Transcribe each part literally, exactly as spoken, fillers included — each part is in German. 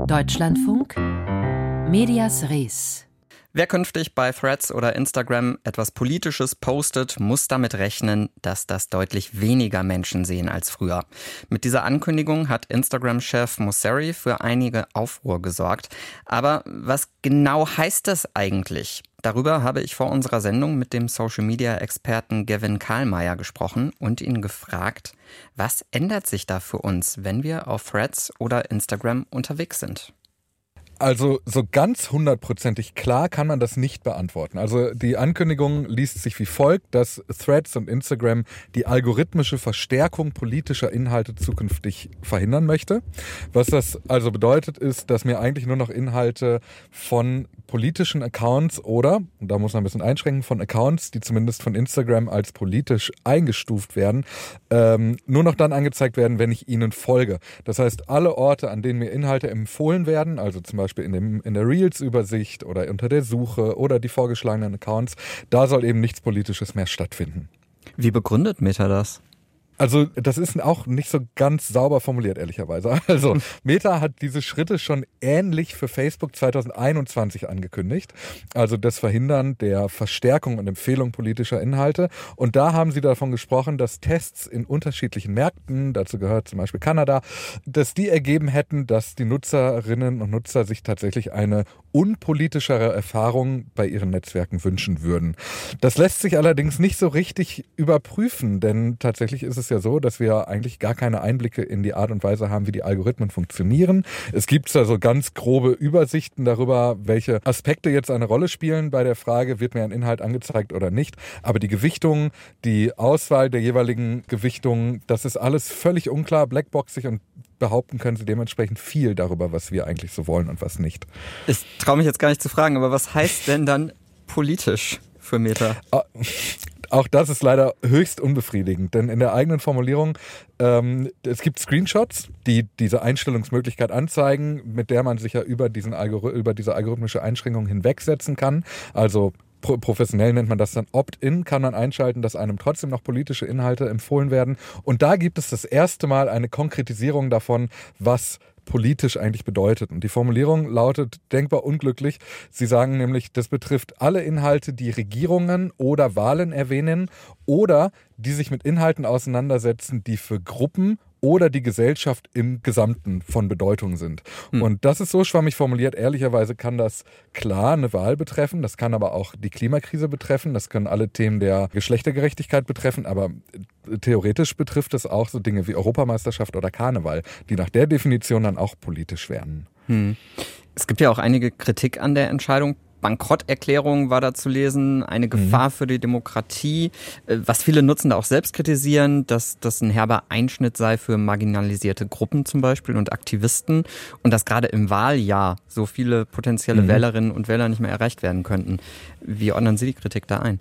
Deutschlandfunk Medias Res. Wer künftig bei Threads oder Instagram etwas Politisches postet, muss damit rechnen, dass das deutlich weniger Menschen sehen als früher. Mit dieser Ankündigung hat Instagram-Chef Mosseri für einige Aufruhr gesorgt. Aber was genau heißt das eigentlich? Darüber habe ich vor unserer Sendung mit dem Social-Media-Experten Gavin Karlmeier gesprochen und ihn gefragt, was ändert sich da für uns, wenn wir auf Threads oder Instagram unterwegs sind? Also so ganz hundertprozentig klar kann man das nicht beantworten. Also die Ankündigung liest sich wie folgt, dass Threads und Instagram die algorithmische Verstärkung politischer Inhalte zukünftig verhindern möchte. Was das also bedeutet, ist, dass mir eigentlich nur noch Inhalte von politischen Accounts oder, und da muss man ein bisschen einschränken, von Accounts, die zumindest von Instagram als politisch eingestuft werden, ähm, nur noch dann angezeigt werden, wenn ich ihnen folge. Das heißt, alle Orte, an denen mir Inhalte empfohlen werden, also zum Beispiel in, dem, in der Reels-Übersicht oder unter der Suche oder die vorgeschlagenen Accounts, da soll eben nichts Politisches mehr stattfinden. Wie begründet Meta das? Also das ist auch nicht so ganz sauber formuliert, ehrlicherweise. Also Meta hat diese Schritte schon ähnlich für Facebook zwanzig einundzwanzig angekündigt. Also das Verhindern der Verstärkung und Empfehlung politischer Inhalte. Und da haben sie davon gesprochen, dass Tests in unterschiedlichen Märkten, dazu gehört zum Beispiel Kanada, dass die ergeben hätten, dass die Nutzerinnen und Nutzer sich tatsächlich eine unpolitischere Erfahrung bei ihren Netzwerken wünschen würden. Das lässt sich allerdings nicht so richtig überprüfen, denn tatsächlich ist es ja so, dass wir eigentlich gar keine Einblicke in die Art und Weise haben, wie die Algorithmen funktionieren. Es gibt da so ganz grobe Übersichten darüber, welche Aspekte jetzt eine Rolle spielen bei der Frage, wird mir ein Inhalt angezeigt oder nicht. Aber die Gewichtung, die Auswahl der jeweiligen Gewichtungen, das ist alles völlig unklar, blackboxig, und behaupten können sie dementsprechend viel darüber, was wir eigentlich so wollen und was nicht. Ich traue mich jetzt gar nicht zu fragen, aber was heißt denn dann politisch für Meta? Ah. Auch das ist leider höchst unbefriedigend, denn in der eigenen Formulierung, ähm, es gibt Screenshots, die diese Einstellungsmöglichkeit anzeigen, mit der man sich ja über, diesen Algori- über diese algorithmische Einschränkung hinwegsetzen kann. Also pro- professionell nennt man das dann Opt-in, kann man einschalten, dass einem trotzdem noch politische Inhalte empfohlen werden. Und da gibt es das erste Mal eine Konkretisierung davon, was politisch eigentlich bedeutet. Und die Formulierung lautet denkbar unglücklich. Sie sagen nämlich, das betrifft alle Inhalte, die Regierungen oder Wahlen erwähnen oder die sich mit Inhalten auseinandersetzen, die für Gruppen oder die Gesellschaft im Gesamten von Bedeutung sind. Hm. Und das ist so schwammig formuliert. Ehrlicherweise kann das klar eine Wahl betreffen, das kann aber auch die Klimakrise betreffen, das können alle Themen der Geschlechtergerechtigkeit betreffen, aber theoretisch betrifft es auch so Dinge wie Europameisterschaft oder Karneval, die nach der Definition dann auch politisch werden. Hm. Es gibt ja auch einige Kritik an der Entscheidung. Bankrotterklärung war da zu lesen, eine Gefahr mhm. für die Demokratie, was viele Nutzende auch selbst kritisieren, dass das ein herber Einschnitt sei für marginalisierte Gruppen zum Beispiel und Aktivisten und dass gerade im Wahljahr so viele potenzielle mhm. Wählerinnen und Wähler nicht mehr erreicht werden könnten. Wie ordnen Sie die Kritik da ein?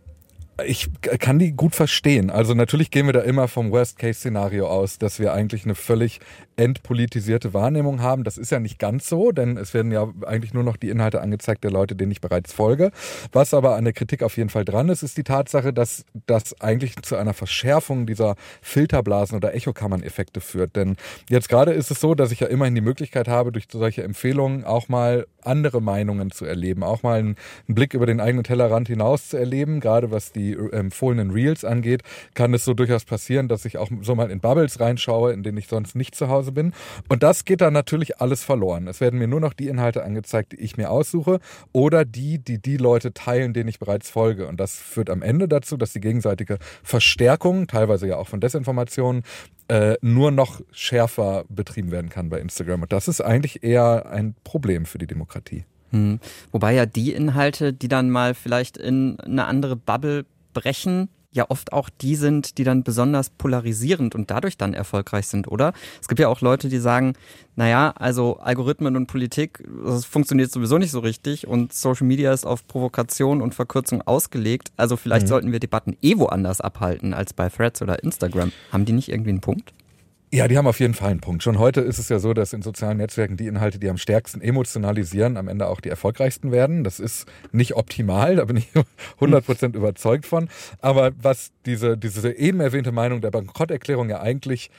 Ich kann die gut verstehen. Also natürlich gehen wir da immer vom Worst-Case-Szenario aus, dass wir eigentlich eine völlig entpolitisierte Wahrnehmung haben. Das ist ja nicht ganz so, denn es werden ja eigentlich nur noch die Inhalte angezeigt der Leute, denen ich bereits folge. Was aber an der Kritik auf jeden Fall dran ist, ist die Tatsache, dass das eigentlich zu einer Verschärfung dieser Filterblasen oder Echokammern-Effekte führt. Denn jetzt gerade ist es so, dass ich ja immerhin die Möglichkeit habe, durch solche Empfehlungen auch mal andere Meinungen zu erleben, auch mal einen Blick über den eigenen Tellerrand hinaus zu erleben. Gerade was die empfohlenen Reels angeht, kann es so durchaus passieren, dass ich auch so mal in Bubbles reinschaue, in denen ich sonst nicht zu Hause bin. Und das geht dann natürlich alles verloren. Es werden mir nur noch die Inhalte angezeigt, die ich mir aussuche oder die, die die Leute teilen, denen ich bereits folge. Und das führt am Ende dazu, dass die gegenseitige Verstärkung, teilweise ja auch von Desinformationen, äh, nur noch schärfer betrieben werden kann bei Instagram. Und das ist eigentlich eher ein Problem für die Demokratie. Hm. Wobei ja die Inhalte, die dann mal vielleicht in eine andere Bubble brechen, ja oft auch die sind, die dann besonders polarisierend und dadurch dann erfolgreich sind, oder? Es gibt ja auch Leute, die sagen, naja, also Algorithmen und Politik, das funktioniert sowieso nicht so richtig und Social Media ist auf Provokation und Verkürzung ausgelegt, also vielleicht mhm. sollten wir Debatten eh woanders abhalten als bei Threads oder Instagram. Haben die nicht irgendwie einen Punkt? Ja, die haben auf jeden Fall einen Punkt. Schon heute ist es ja so, dass in sozialen Netzwerken die Inhalte, die am stärksten emotionalisieren, am Ende auch die erfolgreichsten werden. Das ist nicht optimal, da bin ich hundert Prozent überzeugt von. Aber was diese, diese eben erwähnte Meinung der Bankrotterklärung ja eigentlich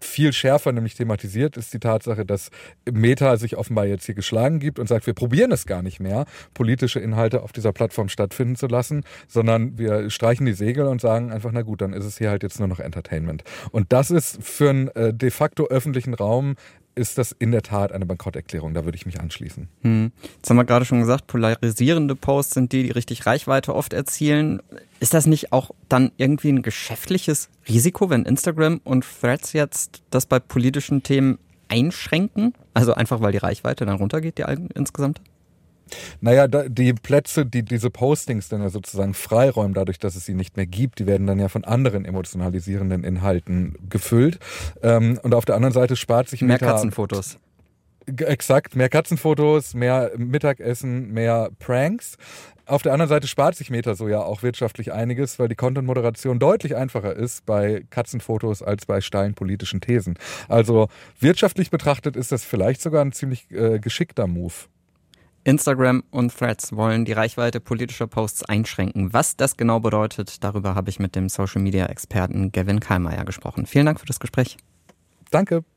viel schärfer nämlich thematisiert, ist die Tatsache, dass Meta sich offenbar jetzt hier geschlagen gibt und sagt, wir probieren es gar nicht mehr, politische Inhalte auf dieser Plattform stattfinden zu lassen, sondern wir streichen die Segel und sagen einfach, na gut, dann ist es hier halt jetzt nur noch Entertainment. Und das ist für einen äh, de facto öffentlichen Raum ist das in der Tat eine Bankrotterklärung. Da würde ich mich anschließen. Hm. Jetzt haben wir gerade schon gesagt, polarisierende Posts sind die, die richtig Reichweite oft erzielen. Ist das nicht auch dann irgendwie ein geschäftliches Risiko, wenn Instagram und Threads jetzt das bei politischen Themen einschränken? Also einfach, weil die Reichweite dann runtergeht, die insgesamt? Naja, die Plätze, die diese Postings dann ja sozusagen freiräumen, dadurch, dass es sie nicht mehr gibt, die werden dann ja von anderen emotionalisierenden Inhalten gefüllt. Und auf der anderen Seite spart sich mehr Meta... Mehr Katzenfotos. Exakt, mehr Katzenfotos, mehr Mittagessen, mehr Pranks. Auf der anderen Seite spart sich Meta so ja auch wirtschaftlich einiges, weil die Content-Moderation deutlich einfacher ist bei Katzenfotos als bei steilen politischen Thesen. Also wirtschaftlich betrachtet ist das vielleicht sogar ein ziemlich äh, geschickter Move. Instagram und Threads wollen die Reichweite politischer Posts einschränken. Was das genau bedeutet, darüber habe ich mit dem Social-Media-Experten Gavin Kallmeier gesprochen. Vielen Dank für das Gespräch. Danke.